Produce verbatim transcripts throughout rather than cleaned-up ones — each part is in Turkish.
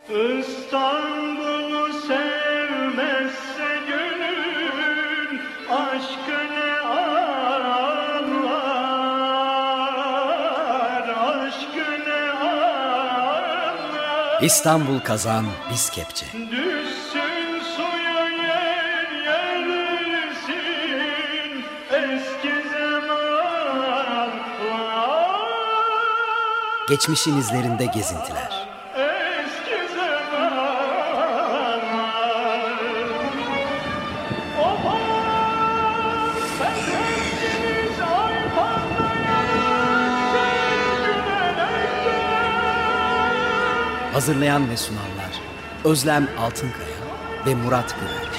İstanbul'u sevmezse gönül aşkı ne anlar, aşkı ne anlar. İstanbul kazan, biz kepçe. Düşsün suya yer yersin eski zamanlar. Geçmişin izlerinde gezintiler. Hazırlayan ve sunanlar Özlem Altınkaya ve Murat Güvenç.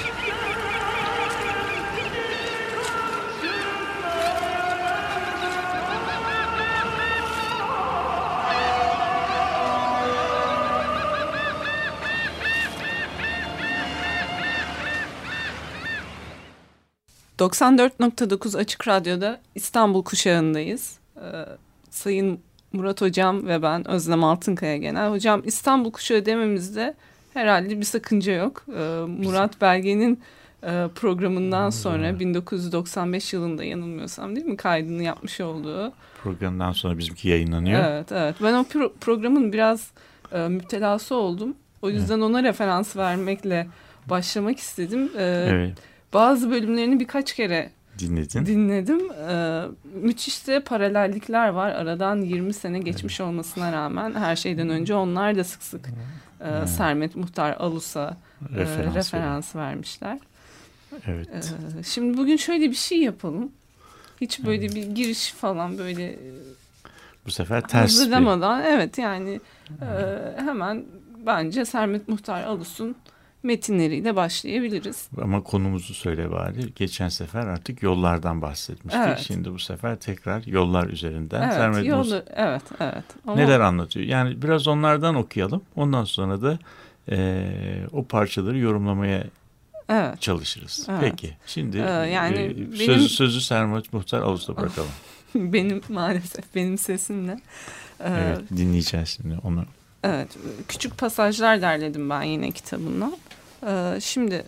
doksan dört nokta dokuz Açık Radyo'da İstanbul Kuşağı'ndayız. Ee, Sayın Murat Hocam ve ben Özlem Altınkaya genel. Hocam İstanbul Kuşağı dememizde herhalde bir sakınca yok. Ee, Murat Belge'nin e, programından sonra bin dokuz yüz doksan beş yılında yanılmıyorsam değil mi kaydını yapmış olduğu. Programdan sonra bizimki yayınlanıyor. Evet evet. Ben o pro- programın biraz e, müptelası oldum. O yüzden evet. Ona referans vermekle başlamak istedim. Ee, evet. Bazı bölümlerini birkaç kere Dinledin. dinledim. Ee, müthiş de paralellikler var. Aradan yirmi sene geçmiş evet. olmasına rağmen her şeyden önce onlar da sık sık e, evet. Sermet Muhtar Alus'a referans, e, referans vermişler. Evet. Ee, şimdi bugün şöyle bir şey yapalım. Hiç böyle evet. bir giriş falan böyle bu sefer ters hazırlamadan bir... evet yani e, hemen bence Sermet Muhtar Alus'un metinleriyle başlayabiliriz. Ama konumuzu söyle bari. Geçen sefer artık yollardan bahsetmiştik. Evet. Şimdi bu sefer tekrar yollar üzerinden. Evet, Sermet yolu, Muhtar evet, evet. Ama... neler anlatıyor? Yani biraz onlardan okuyalım. Ondan sonra da e, o parçaları yorumlamaya evet. çalışırız. Evet. Peki. Şimdi ee, yani e, benim... sözü sözü Sermet Muhtar Alus'ta bırakalım. benim maalesef benim sesimle. Ee, evet, dinleyeceğiz şimdi onu. Evet, küçük pasajlar derledim ben yine kitabımdan. Ee, şimdi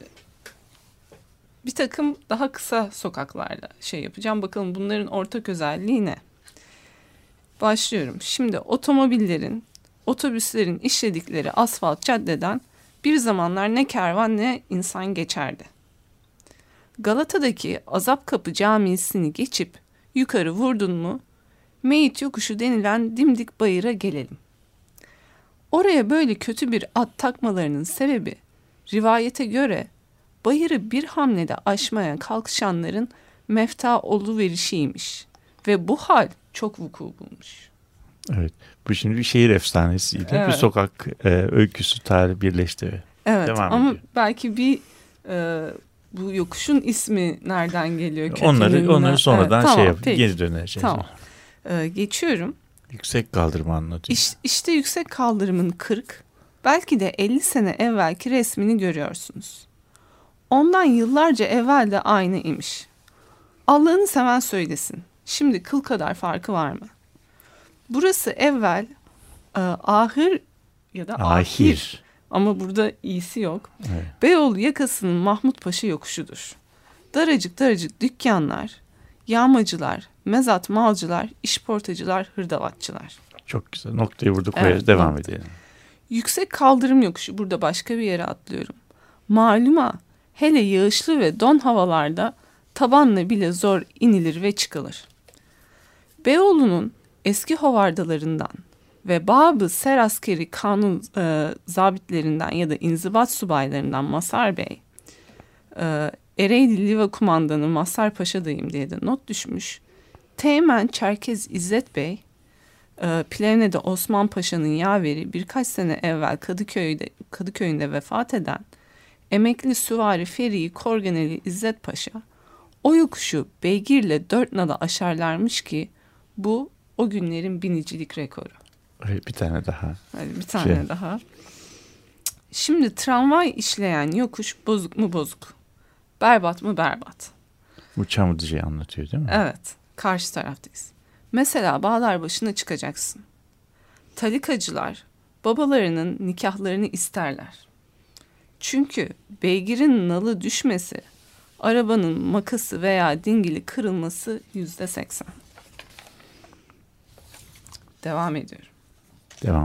bir takım daha kısa sokaklarla şey yapacağım. Bakalım bunların ortak özelliği ne? Başlıyorum. Şimdi otomobillerin, otobüslerin işledikleri asfalt caddeden bir zamanlar ne kervan ne insan geçerdi. Galata'daki Azapkapı Camisi'ni geçip yukarı vurdun mu, Meyit Yokuşu denilen dimdik bayıra gelelim. Oraya böyle kötü bir ad takmalarının sebebi, rivayete göre bayırı bir hamlede aşmaya kalkışanların mefta oluverişiymiş ve bu hal çok vuku bulmuş. Evet, bu şimdi bir şehir efsanesiyle evet. bir sokak e, öyküsü tarihi birleşti. Evet, devam ama ediyor. belki bir e, bu yokuşun ismi nereden geliyor? Onları onları sonradan evet, tamam, şey yap, peki. geri döneceğiz. Tamam, e, geçiyorum. Yüksek kaldırımı anlatıyor. İşte, işte yüksek kaldırımın kırk, belki de elli sene evvelki resmini görüyorsunuz. Ondan yıllarca evvel de aynı imiş. Allah'ını seven söylesin. Şimdi kıl kadar farkı var mı? Burası evvel e, ahir ya da ahir. ahir. Ama burada iyisi yok. Evet. Beyoğlu yakasının Mahmut Paşa yokuşudur. Daracık daracık dükkanlar, yağmacılar, mezat malcılar, işportacılar, hırdavatçılar. Çok güzel. Noktayı burada koyarız. Evet, devam nokta. edelim. Yüksek kaldırım yokuşu. Burada başka bir yere atlıyorum. Maluma hele yağışlı ve don havalarda tabanla bile zor inilir ve çıkılır. Beyoğlu'nun eski hovardalarından ve Babı Seraskeri kanun e, zabitlerinden ya da inzibat subaylarından Masar Bey, e, Ereğli Liva kumandanı Mazhar Paşa'dayım diye de not düşmüş. Teğmen Çerkez İzzet Bey, e, Plevne'de Osman Paşa'nın yaveri birkaç sene evvel Kadıköy'de Kadıköy'ünde vefat eden emekli süvari Feri'yi Korganeli İzzet Paşa, o yokuşu beygirle dört nala aşarlarmış ki bu o günlerin binicilik rekoru. Bir tane daha. Hadi bir tane şey. daha. Şimdi tramvay işleyen yokuş bozuk mu bozuk? Berbat mı berbat? Bu Çamlıca'yı anlatıyor değil mi? Evet. Karşı taraftayız. Mesela Bağlarbaşı'na çıkacaksın. Talikacılar babalarının nikahlarını isterler. Çünkü beygirin nalı düşmesi, arabanın makası veya dingili kırılması yüzde seksen. Devam ediyorum. Devam.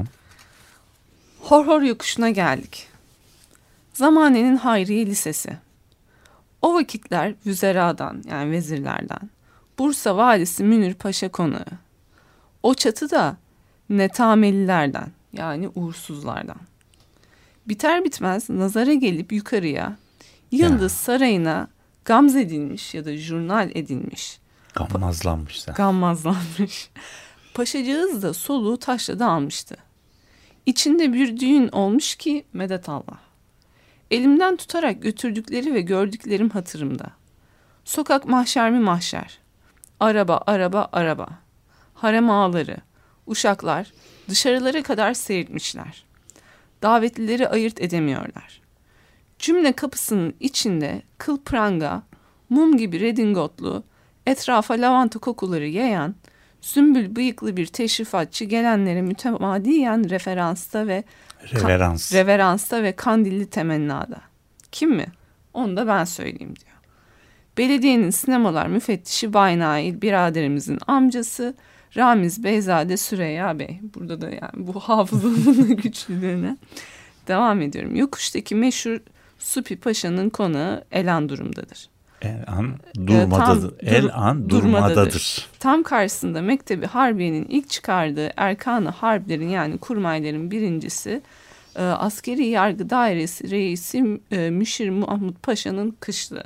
Horhor yokuşuna geldik. Zamanenin Hayriye Lisesi. O vakitler vüzeradan yani vezirlerden Bursa valisi Münir Paşa konağı. O çatı da netamelilerden yani uğursuzlardan. Biter bitmez nazara gelip yukarıya Yıldız ya. Sarayı'na gamzedilmiş ya da jurnal edilmiş. Gammazlanmış. Pa- gammazlanmış. Paşacığız da soluğu taşla da almıştı. İçinde bir düğün olmuş ki medet Allah. Elimden tutarak götürdükleri ve gördüklerim hatırımda. Sokak mahşer mi mahşer. Araba, araba, araba. Harem ağaları, uşaklar dışarılara kadar seyretmişler. Davetlileri ayırt edemiyorlar. Cümle kapısının içinde kıl pranga, mum gibi redingotlu, etrafa lavanta kokuları yayan, sümbül bıyıklı bir teşrifatçı gelenlere mütemadiyen referansta ve Reverans. Ka- reveransta ve kandilli temennada. Kim mi? Onu da ben söyleyeyim diyor. Belediyenin sinemalar müfettişi Bay Nail biraderimizin amcası Ramiz Beyzade Süreyya Bey. Burada da yani bu hafızanın güçlülüğüne devam ediyorum. Yokuştaki meşhur Supi Paşa'nın konağı Elan durumdadır. El-an durmadadır. Ee, El-an durmadadır. durmadadır. Tam karşısında Mektebi Harbiye'nin ilk çıkardığı Erkan-ı Harplerin yani kurmayların birincisi e, Askeri Yargı Dairesi Reisi e, Müşir Mahmut Paşa'nın kışlığı.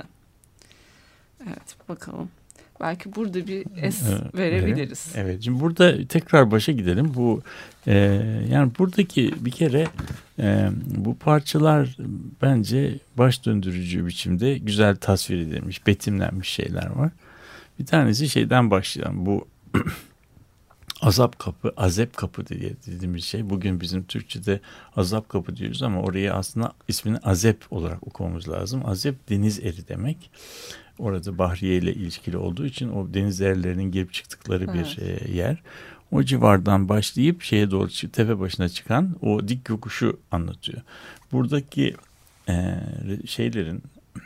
Evet bakalım. Belki burada bir es evet, verebiliriz. Evet, evet. Şimdi burada tekrar başa gidelim. Bu e, yani buradaki bir kere e, bu parçalar bence baş döndürücü biçimde güzel tasvir edilmiş, betimlenmiş şeyler var. Bir tanesi şeyden başlayan bu azap kapı, azep kapı diye dediğimiz şey. Bugün bizim Türkçe'de azap kapı diyoruz ama oraya aslında ismini azep olarak okumamız lazım. Azep deniz eri demek. Orada Bahriye ile ilişkili olduğu için o deniz erlerinin girip çıktıkları bir evet. e, yer. O civardan başlayıp şeye doğru tepe başına çıkan o dik yokuşu anlatıyor. Buradaki e, şeylerin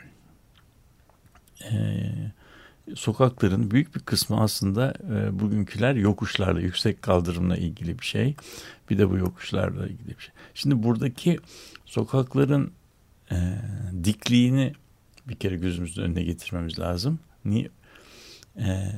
e, sokakların büyük bir kısmı aslında e, bugünküler yokuşlarla, yüksek kaldırımla ilgili bir şey. Bir de bu yokuşlarla ilgili bir şey. Şimdi buradaki sokakların e, dikliğini bir kere gözümüzün önüne getirmemiz lazım. Niye? Ee,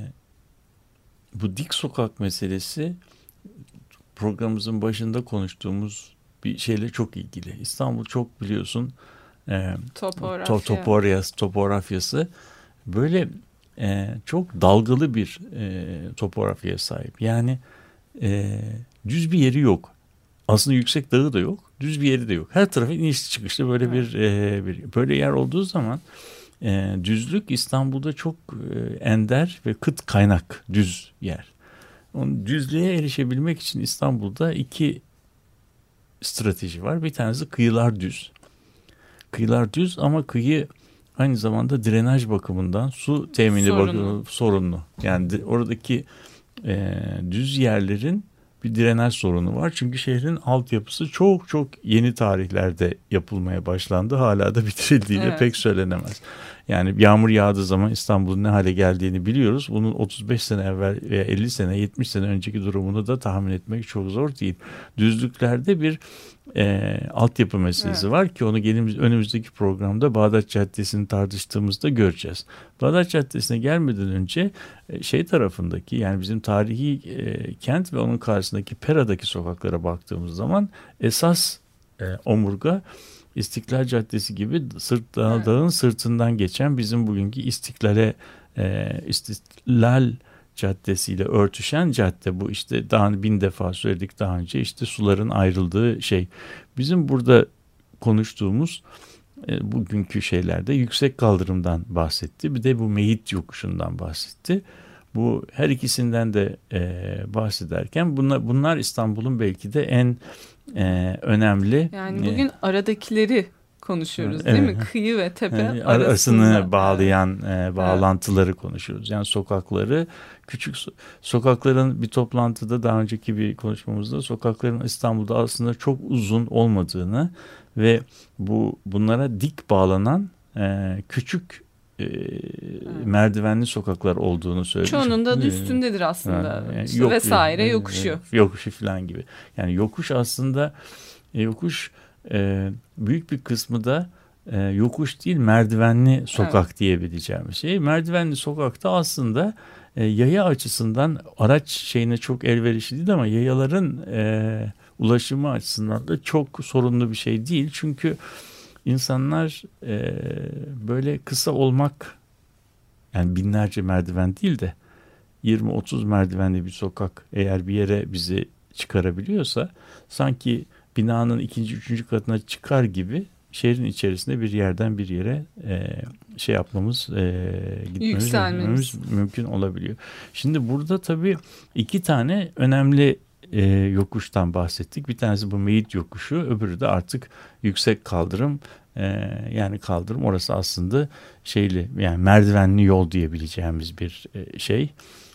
bu dik sokak meselesi programımızın başında konuştuğumuz bir şeyle çok ilgili. İstanbul çok biliyorsun e, Topografya. to, topografyası, topografyası böyle e, çok dalgalı bir e, topografyaya sahip. Yani e, düz bir yeri yok. Aslında yüksek dağı da yok, düz bir yeri de yok. Her tarafı inişli çıkışlı böyle bir, e, bir böyle yer olduğu zaman e, düzlük İstanbul'da çok e, ender ve kıt kaynak düz yer. Onun düzlüğe erişebilmek için İstanbul'da iki strateji var. Bir tanesi kıyılar düz. Kıyılar düz ama kıyı aynı zamanda drenaj bakımından su temini sorunlu. Bakımından sorunlu. Yani de, oradaki e, düz yerlerin bir drenaj sorunu var. Çünkü şehrin altyapısı çok çok yeni tarihlerde yapılmaya başlandı. Hala da bitirildiği evet. pek söylenemez. Yani yağmur yağdığı zaman İstanbul'un ne hale geldiğini biliyoruz. Bunun otuz beş sene evvel veya elli sene, yetmiş sene önceki durumunu da tahmin etmek çok zor değil. Düzlüklerde bir e, altyapı meselesi evet. var ki onu gelimiz, önümüzdeki programda Bağdat Caddesi'ni tartıştığımızda göreceğiz. Bağdat Caddesi'ne gelmeden önce e, şey tarafındaki yani bizim tarihi e, kent ve onun karşısındaki Pera'daki sokaklara baktığımız zaman esas e, omurga İstiklal Caddesi gibi sırt dağ, evet. dağın sırtından geçen bizim bugünkü İstiklal'e e, İstiklal Caddesi ile örtüşen cadde bu işte daha bin defa söyledik daha önce işte suların ayrıldığı şey. Bizim burada konuştuğumuz e, bugünkü şeylerde yüksek kaldırımdan bahsetti. Bir de bu Meyit yokuşundan bahsetti. Bu her ikisinden de e, bahsederken bunlar, bunlar İstanbul'un belki de en e, önemli. Yani bugün e, aradakileri konuşuyoruz evet. değil mi? Kıyı ve tepe yani arasında. Arasını bağlayan e, bağlantıları evet. konuşuyoruz. Yani sokakları, küçük so- sokakların bir toplantıda daha önceki bir konuşmamızda sokakların İstanbul'da aslında çok uzun olmadığını ve bu bunlara dik bağlanan e, küçük e, evet. merdivenli sokaklar olduğunu söyledim. Çoğunun da üstündedir aslında. Yani, işte yok, vesaire e, yokuşu. Yokuşu falan gibi. Yani yokuş aslında e, yokuş e, büyük bir kısmı da e, yokuş değil merdivenli sokak evet. diyebileceğim şey. Merdivenli sokakta aslında e, yaya açısından araç şeyine çok elverişli değil ama yayaların e, ulaşımı açısından da çok sorunlu bir şey değil. Çünkü insanlar e, böyle kısa olmak, yani binlerce merdiven değil de yirmi otuz merdivenli bir sokak eğer bir yere bizi çıkarabiliyorsa sanki binanın ikinci, üçüncü katına çıkar gibi şehrin içerisinde bir yerden bir yere e, şey yapmamız, e, gitmemiz, gitmemiz mümkün olabiliyor. Şimdi burada tabii iki tane önemli e, yokuştan bahsettik. Bir tanesi bu Meyit yokuşu, öbürü de artık yüksek kaldırım. E, yani kaldırım orası aslında şeyli, yani merdivenli yol diyebileceğimiz bir e, şey.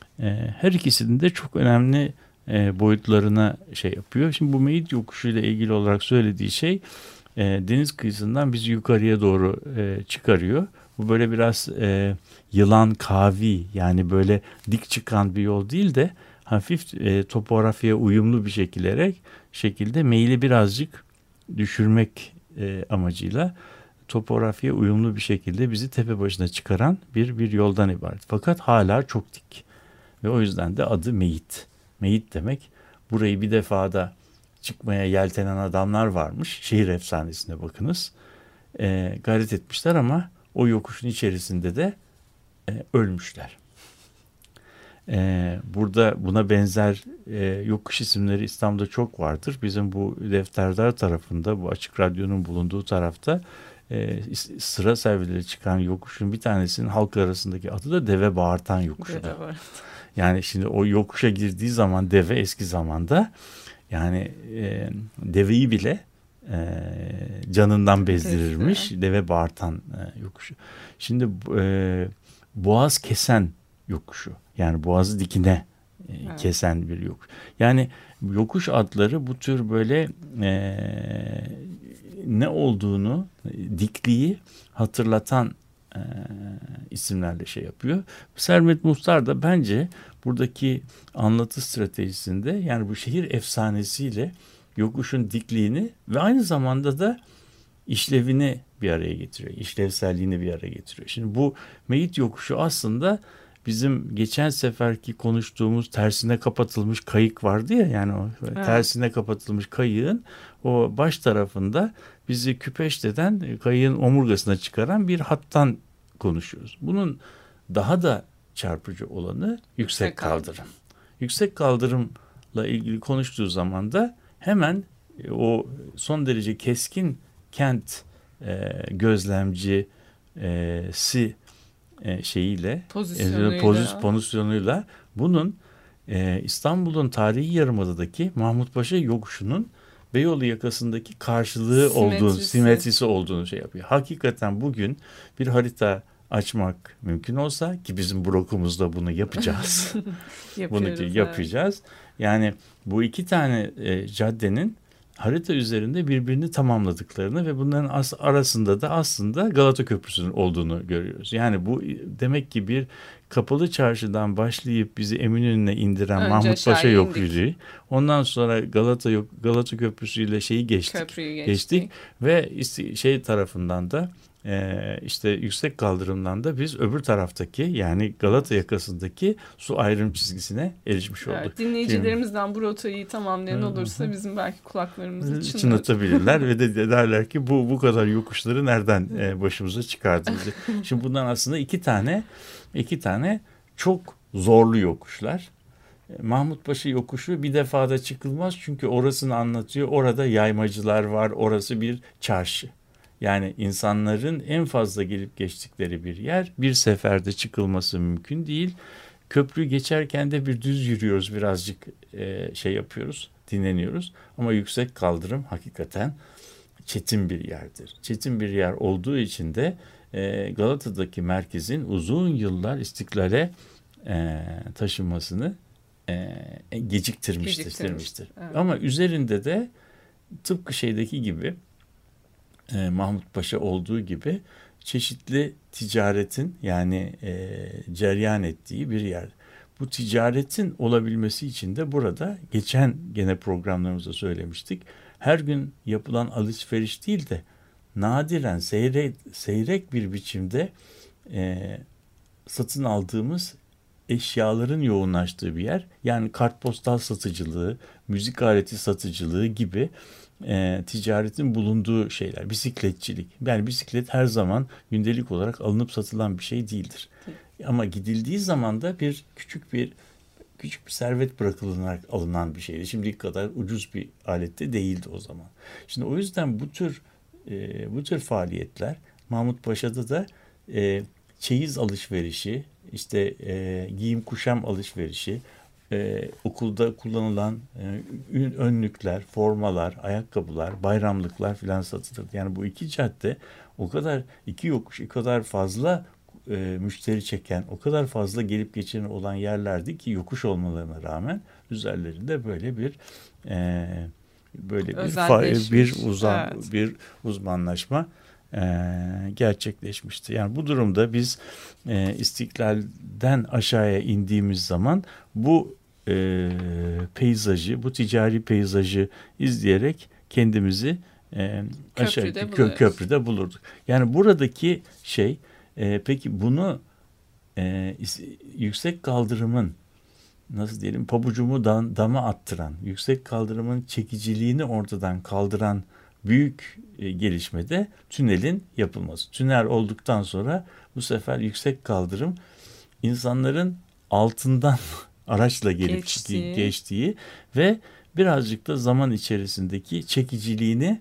E, her ikisinin de çok önemli e, boyutlarına şey yapıyor. Şimdi bu Meyit yokuşu ile ilgili olarak söylediği şey e, deniz kıyısından bizi yukarıya doğru e, çıkarıyor. Bu böyle biraz e, yılan kavi, yani böyle dik çıkan bir yol değil de hafif e, topografyaya uyumlu bir şekilde şekilde meyli birazcık düşürmek e, amacıyla topografyaya uyumlu bir şekilde bizi tepe başına çıkaran bir bir yoldan ibaret. Fakat hala çok dik ve o yüzden de adı Meyit. Meyit demek, burayı bir defada çıkmaya yeltenen adamlar varmış. Şehir efsanesine bakınız. E, gayret etmişler ama o yokuşun içerisinde de e, ölmüşler. E, burada buna benzer e, yokuş isimleri İstanbul'da çok vardır. Bizim bu Defterdar tarafında, bu Açık Radyo'nun bulunduğu tarafta e, sıra servileri çıkan yokuşun bir tanesinin halk arasındaki adı da Deve Bağırtan Yokuşu'dur. Yani şimdi o yokuşa girdiği zaman deve eski zamanda, yani e, deveyi bile e, canından bezdirirmiş. Evet. Deve bağırtan e, yokuşu. Şimdi e, boğaz kesen yokuşu, yani boğazı dikine e, evet. kesen bir yokuş. Yani yokuş adları bu tür böyle e, ne olduğunu, dikliği hatırlatan e, isimlerle şey yapıyor. Sermet Muhtar da bence buradaki anlatı stratejisinde, yani bu şehir efsanesiyle yokuşun dikliğini ve aynı zamanda da işlevini bir araya getiriyor. İşlevselliğini bir araya getiriyor. Şimdi bu Meyit yokuşu aslında bizim geçen seferki konuştuğumuz tersine kapatılmış kayık vardı ya, yani o evet. tersine kapatılmış kayığın o baş tarafında bizi Küpeşte'den kayığın omurgasına çıkaran bir hattan konuşuyoruz. Bunun daha da çarpıcı olanı yüksek kaldırım. Yüksek kaldırımla ilgili konuştuğu zaman da hemen o son derece keskin kent e, gözlemcisi e, şeyiyle, pozisyonuyla, e, pozisyon, pozisyonuyla bunun e, İstanbul'un tarihi yarımadadaki Mahmutpaşa yokuşunun Beyoğlu yakasındaki karşılığı simetrisi. olduğunu, simetrisi olduğunu şey yapıyor. Hakikaten bugün bir harita açmak mümkün olsa, ki bizim blokumuzda bunu yapacağız. bunu yapacağız. Evet. Yani bu iki tane e, caddenin harita üzerinde birbirini tamamladıklarını ve bunların as- arasında da aslında Galata Köprüsü'nün olduğunu görüyoruz. Yani bu demek ki bir kapalı çarşıdan başlayıp bizi Eminönü'ne indiren Önce Mahmutpaşa yokuşu, ondan sonra Galata Galata Köprüsü ile şeyi geçtik, Köprüyü geçtik. geçtik ve şey tarafından da Ee, işte yüksek kaldırımdan da biz öbür taraftaki, yani Galata yakasındaki su ayrım çizgisine erişmiş olduk. Evet, dinleyicilerimizden Şimdi, bu rotayı tamamlayan olursa bizim belki kulaklarımızı çınlatabilirler ve de derler ki bu bu kadar yokuşları nereden e, başımıza çıkardınız? Şimdi bundan aslında iki tane iki tane çok zorlu yokuşlar. Mahmutpaşa yokuşu bir defada çıkılmaz, çünkü orasını anlatıyor. Orada yaymacılar var, orası bir çarşı. Yani insanların en fazla gelip geçtikleri bir yer. Bir seferde çıkılması mümkün değil. Köprü geçerken de bir düz yürüyoruz, birazcık e, şey yapıyoruz, dinleniyoruz. Ama yüksek kaldırım hakikaten çetin bir yerdir. Çetin bir yer olduğu için de e, Galata'daki merkezin uzun yıllar İstiklal'e e, taşınmasını e, geciktirmiştir. geciktirmiştir. Evet. Ama üzerinde de tıpkı şeydeki gibi e, Mahmut Paşa olduğu gibi çeşitli ticaretin yani e, ceryan ettiği bir yer. Bu ticaretin olabilmesi için de burada geçen gene programlarımızda söylemiştik. Her gün yapılan alışveriş değil de nadiren seyrek, seyrek bir biçimde e, satın aldığımız eşyaların yoğunlaştığı bir yer. Yani kartpostal satıcılığı, müzik aleti satıcılığı gibi e, ticaretin bulunduğu şeyler. Bisikletçilik. Yani bisiklet her zaman gündelik olarak alınıp satılan bir şey değildir. Hı. Ama gidildiği zaman da bir küçük bir küçük bir servet bırakılarak alınan bir şeydi. Şimdiki kadar ucuz bir alette değildi o zaman. Şimdi o yüzden bu tür e, bu tür faaliyetler Mahmut Paşa'da da e, çeyiz alışverişi, işte e, giyim kuşam alışverişi, e, okulda kullanılan e, önlükler, formalar, ayakkabılar, bayramlıklar filan satılırdı. Yani bu iki cadde o kadar iki yokuş, o kadar fazla e, müşteri çeken, o kadar fazla gelip geçen olan yerlerdi ki yokuş olmalarına rağmen üzerlerinde böyle bir e, böyle bir bir uzan evet. bir uzmanlaşma e, gerçekleşmişti. Yani bu durumda biz e, İstiklal'den aşağıya indiğimiz zaman bu e, peyzajı, bu ticari peyzajı izleyerek kendimizi e, aşağı kö, köprüde bulurduk. Yani buradaki şey e, peki bunu e, yüksek kaldırımın nasıl diyelim pabucumu dan, dama attıran, yüksek kaldırımın çekiciliğini ortadan kaldıran büyük e, gelişmede tünelin yapılması. Tünel olduktan sonra bu sefer yüksek kaldırım insanların altından araçla gelip geçtiği. geçtiği ve birazcık da zaman içerisindeki çekiciliğini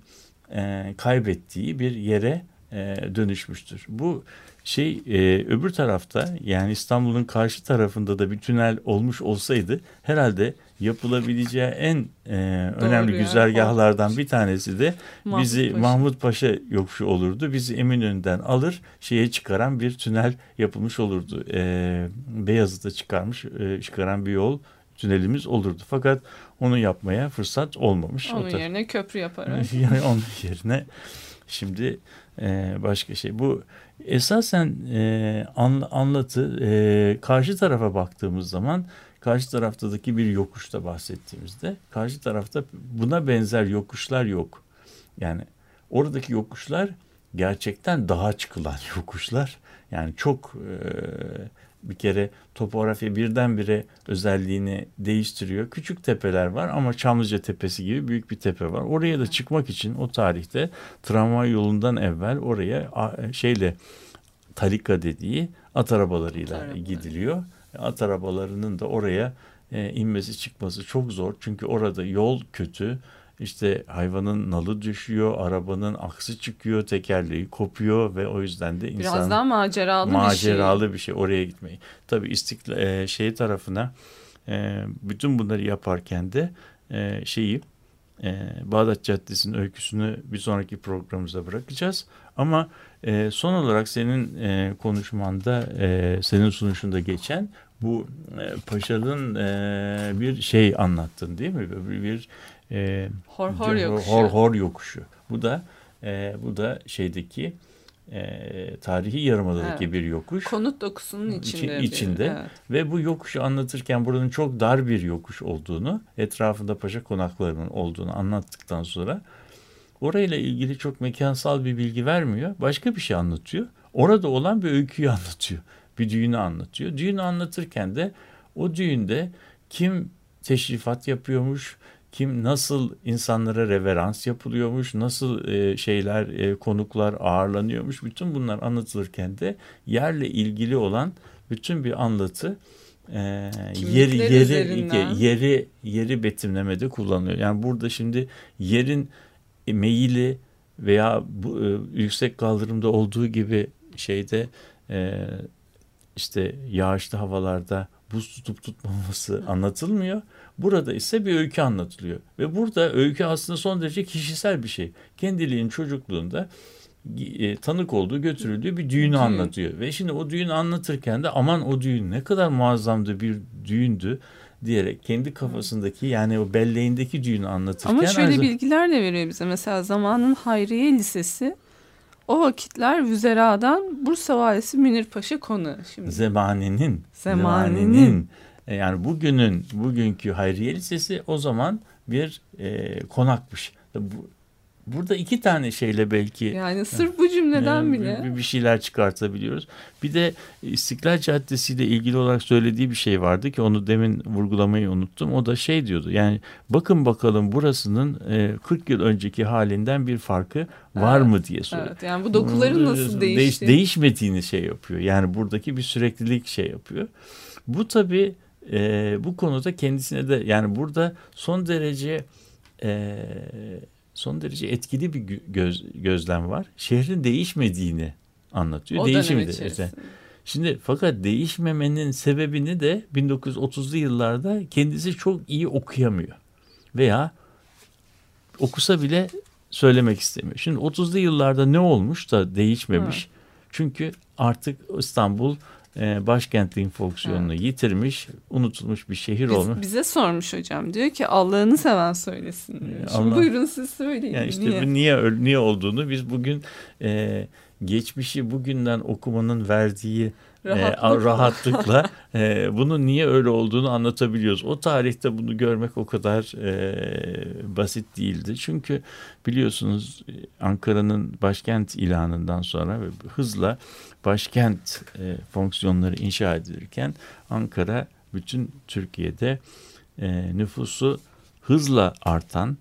e, kaybettiği bir yere e, dönüşmüştür. Bu şey e, öbür tarafta yani İstanbul'un karşı tarafında da bir tünel olmuş olsaydı herhalde yapılabileceği en e, önemli yani, güzergahlardan bir tanesi de Mahmut bizi Paşa. Mahmut Paşa yokuşu olurdu. Bizi Eminönü'nden alır şeye çıkaran bir tünel yapılmış olurdu. E, Beyazıt'a çıkarmış e, çıkaran bir yol tünelimiz olurdu. Fakat onu yapmaya fırsat olmamış. Onun yerine köprü yaparak. Yani onun yerine şimdi e, başka şey. Bu esasen e, anla, anlatı e, karşı tarafa baktığımız zaman karşı taraftaki bir yokuşta bahsettiğimizde karşı tarafta buna benzer yokuşlar yok. Yani oradaki yokuşlar gerçekten dağa çıkılan yokuşlar. Yani çok e, bir kere topografya birdenbire özelliğini değiştiriyor. Küçük tepeler var ama Çamlıca Tepesi gibi büyük bir tepe var. Oraya da çıkmak için o tarihte tramvay yolundan evvel oraya şeyle talika dediği at arabalarıyla at arabaları. gidiliyor. At arabalarının da oraya e, inmesi çıkması çok zor. Çünkü orada yol kötü. İşte hayvanın nalı düşüyor, arabanın aksı çıkıyor, tekerleği kopuyor ve o yüzden de insan biraz daha maceralı, maceralı bir şey. bir şey oraya gitmeyi. Tabii İstiklal e, şey tarafına e, bütün bunları yaparken de e, şeyi e, Bağdat Caddesi'nin öyküsünü bir sonraki programımızda bırakacağız. Ama e, son olarak senin e, konuşmanda, e, senin sunuşunda geçen bu e, Paşa'nın e, bir şey anlattın değil mi? Bir, bir e, hor hor yokuşu. Hor hor yokuşu. Bu da e, bu da şeydeki e, tarihi yarımadadaki evet. bir yokuş. Konut dokusunun içinde. İçi, içinde. Evet. Ve bu yokuşu anlatırken buranın çok dar bir yokuş olduğunu, etrafında paşa konaklarının olduğunu anlattıktan sonra orayla ilgili çok mekansal bir bilgi vermiyor. Başka bir şey anlatıyor. Orada olan bir öyküyü anlatıyor. Bir düğünü anlatıyor. Düğünü anlatırken de o düğünde kim teşrifat yapıyormuş, kim nasıl insanlara reverans yapılıyormuş, nasıl e, şeyler, e, konuklar ağırlanıyormuş. Bütün bunlar anlatılırken de yerle ilgili olan bütün bir anlatı e, yeri yeri yeri yeri betimlemede kullanılıyor. Yani burada şimdi yerin meyili veya bu e, yüksek kaldırımda olduğu gibi şeyde e, işte yağışlı havalarda buz tutup tutmaması anlatılmıyor. Burada ise bir öykü anlatılıyor. Ve burada öykü aslında son derece kişisel bir şey. Kendiliğin çocukluğunda e, tanık olduğu, götürüldüğü bir düğünü Düğün. anlatıyor. Ve şimdi o düğünü anlatırken de aman o düğün ne kadar muazzamdı bir düğündü diyerek kendi kafasındaki, yani o belleğindeki düğünü anlatırken. Ama şöyle aynı... bilgiler de veriyor bize. Mesela zamanın Hayriye Lisesi o vakitler Vüzera'dan Bursa Valisi Münir Paşa konağı. Şimdi. Zemanenin. Zemanenin. Zemanenin. Yani bugünün, bugünkü Hayriye Lisesi o zaman bir e, konakmış. Bu, burada iki tane şeyle belki. Yani sırf bu cümleden e, bile. Bir, bir şeyler çıkartabiliyoruz. Bir de İstiklal Caddesi ile ilgili olarak söylediği bir şey vardı ki onu demin vurgulamayı unuttum. O da şey diyordu, yani bakın bakalım burasının e, kırk yıl önceki halinden bir farkı var evet, mı diye soruyor. Evet, yani bu dokuların nasıl değişti? Değiş, değişmediğini şey yapıyor. Yani buradaki bir süreklilik şey yapıyor. Bu tabii e, bu konuda kendisine de, yani burada son derece e, son derece etkili bir göz, gözlem var. Şehrin değişmediğini anlatıyor. O Değişmedi. Şimdi fakat değişmemenin sebebini de bin dokuz yüz otuzlu yıllarda kendisi çok iyi okuyamıyor. Veya okusa bile söylemek istemiyor. Şimdi otuzlu yıllarda ne olmuş da değişmemiş? Hı. Çünkü artık İstanbul e, başkentliğin fonksiyonunu evet. yitirmiş, unutulmuş bir şehir Biz, olmuş. Bize sormuş hocam. Diyor ki Allah'ını seven söylesin diyor. Şimdi Allah, buyurun siz söyleyin. Yani işte niye? Bu niye niye olduğunu biz bugün e, geçmişi bugünden okumanın verdiği Rahatlıkla, e, rahatlıkla e, bunun niye öyle olduğunu anlatabiliyoruz. O tarihte bunu görmek o kadar e, basit değildi. Çünkü biliyorsunuz Ankara'nın başkent ilanından sonra hızla başkent e, fonksiyonları inşa edilirken Ankara bütün Türkiye'de e, nüfusu hızla artan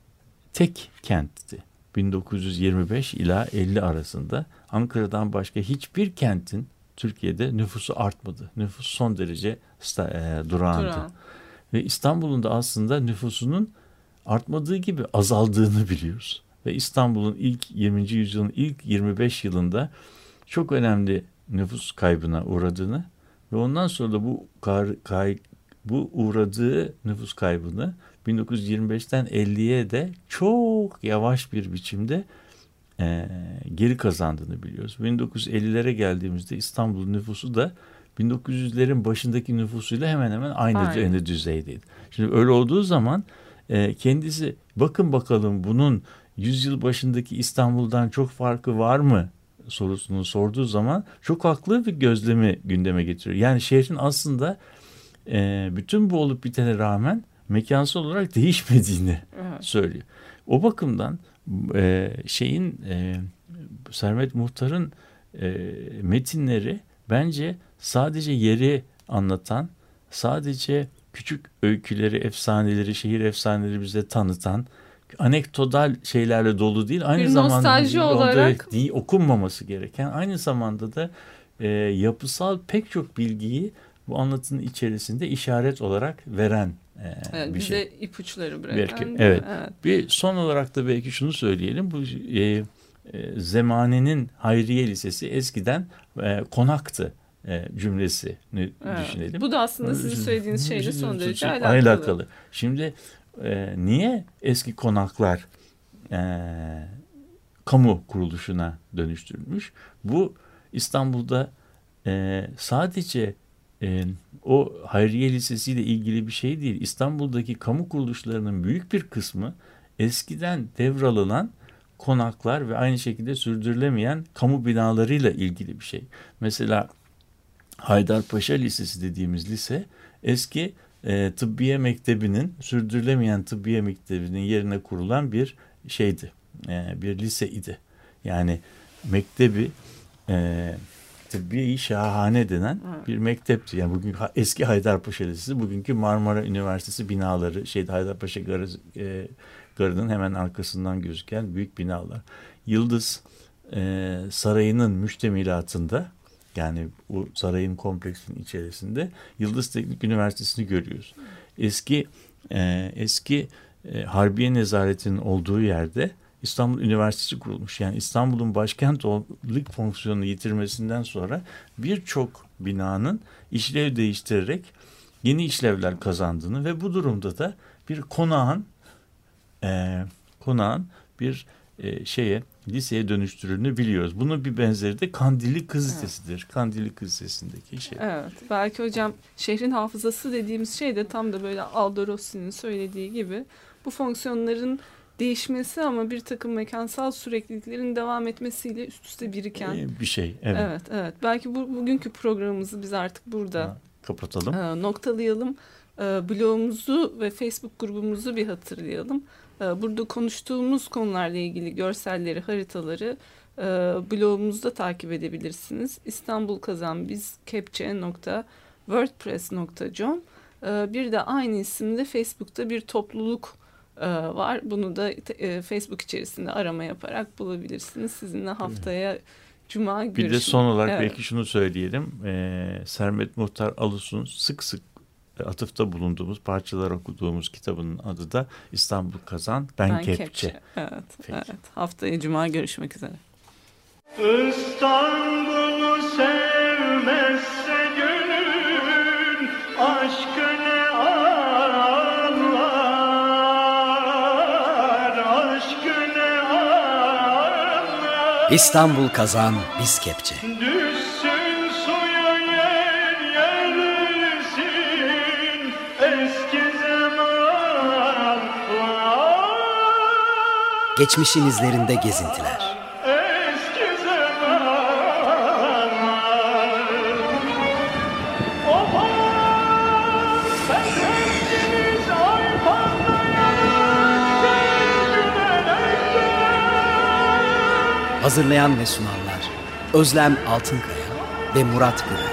tek kentti. bin dokuz yüz yirmi beş ila elli arasında Ankara'dan başka hiçbir kentin Türkiye'de nüfusu artmadı. Nüfus son derece e, durağandı. Duran. Ve İstanbul'un da aslında nüfusunun artmadığı gibi azaldığını biliyoruz. Ve İstanbul'un ilk yirminci yüzyılın ilk yirmi beş yılında çok önemli nüfus kaybına uğradığını ve ondan sonra da bu kar, kay, bu uğradığı nüfus kaybını bin dokuz yüz yirmi beşten elliye de çok yavaş bir biçimde e, geri kazandığını biliyoruz. bin dokuz yüz ellilere geldiğimizde İstanbul'un nüfusu da bin dokuz yüzlerin başındaki nüfusuyla hemen hemen aynı, aynı düzeydeydi. Şimdi öyle olduğu zaman e, kendisi bakın bakalım bunun yüzyıl başındaki İstanbul'dan çok farkı var mı sorusunu sorduğu zaman çok haklı bir gözlemi gündeme getiriyor. Yani şehrin aslında e, bütün bu olup bitene rağmen mekansal olarak değişmediğini evet. söylüyor. O bakımdan e, şeyin e, Servet Muhtar'ın e, metinleri bence sadece yeri anlatan, sadece küçük öyküleri, efsaneleri, şehir efsaneleri bize tanıtan, anekdotal şeylerle dolu değil. Aynı bir zamanda nostalji olarak değil, okunmaması gereken, aynı zamanda da e, yapısal pek çok bilgiyi bu anlatının içerisinde işaret olarak veren e, evet, bir bize şey. Bize ipuçları bırakan. Belki, evet. evet. Bir son olarak da belki şunu söyleyelim. Bu e, e, Zemanenin Hayriye Lisesi eskiden e, konaktı e, cümlesini evet. düşünelim. Bu da aslında sizin söylediğiniz şeyle son derece alakalı. alakalı. Şimdi e, niye eski konaklar e, kamu kuruluşuna dönüştürülmüş? Bu İstanbul'da e, sadece e, o Hayriye Lisesi ile ilgili bir şey değil. İstanbul'daki kamu kuruluşlarının büyük bir kısmı eskiden devralınan konaklar ve aynı şekilde sürdürülemeyen kamu binalarıyla ilgili bir şey. Mesela Haydarpaşa Lisesi dediğimiz lise eski e, tıbbiye mektebinin, sürdürülemeyen tıbbiye mektebinin yerine kurulan bir şeydi. E, bir liseydi. Yani mektebi e, tıbbiye-i şahane denen evet. bir mektepti. Yani bugün eski Haydarpaşa Lisesi, bugünkü Marmara Üniversitesi binaları, şeyde Haydarpaşa Garı, e, Garı'nın hemen arkasından gözüken büyük binalar. Yıldız e, Sarayı'nın müştemilatında, yani bu sarayın kompleksinin içerisinde Yıldız Teknik Üniversitesi'ni görüyoruz. Eski e, eski e, Harbiye Nezaretinin olduğu yerde İstanbul Üniversitesi kurulmuş. Yani İstanbul'un başkentlik fonksiyonunu yitirmesinden sonra birçok binanın işlev değiştirerek yeni işlevler kazandığını ve bu durumda da bir konağın e, konağın bir e, şeye liseye dönüştürüldüğünü biliyoruz. Bunun bir benzeri de Kandilli Kız Lisesi'dir. Evet. Kandilli Kız Lisesi'ndeki şey. Evet. Belki hocam şehrin hafızası dediğimiz şey de tam da böyle Aldo Rossi'nin söylediği gibi bu fonksiyonların değişmesi ama bir takım mekansal sürekliliklerin devam etmesiyle üst üste biriken ee, bir şey. Evet. Evet, evet. Belki bu bugünkü programımızı biz artık burada ha, kapatalım. E, noktalayalım. E, blogumuzu ve Facebook grubumuzu bir hatırlayalım. E, burada konuştuğumuz konularla ilgili görselleri, haritaları e, blogumuzda takip edebilirsiniz. İstanbul Kazan Biz Kepçe nokta wordpress nokta com e, bir de aynı isimde Facebook'ta bir topluluk var. Bunu da e, Facebook içerisinde arama yaparak bulabilirsiniz. Sizinle haftaya Cuma görüşmek. Bir de son olarak evet. belki şunu söyleyelim. Ee, Sermet Muhtar Alus'un sık sık atıfta bulunduğumuz, parçalar okuduğumuz kitabının adı da İstanbul Kazan Ben, ben Kepçe. Kepçe. Evet, evet. Haftaya Cuma görüşmek üzere. İstanbul'u sevmezse gönül aşkını İstanbul Kazan Biz Kepçe. Düşsün suya yer yersin eski zamanlar. Geçmişin izlerinde gezintiler. Eski zamanlar. Oha! Ben hepimiz ay parlayan sevgilerek. Hazırlayan ve sunanlar Özlem Altınkaya ve Murat Güler.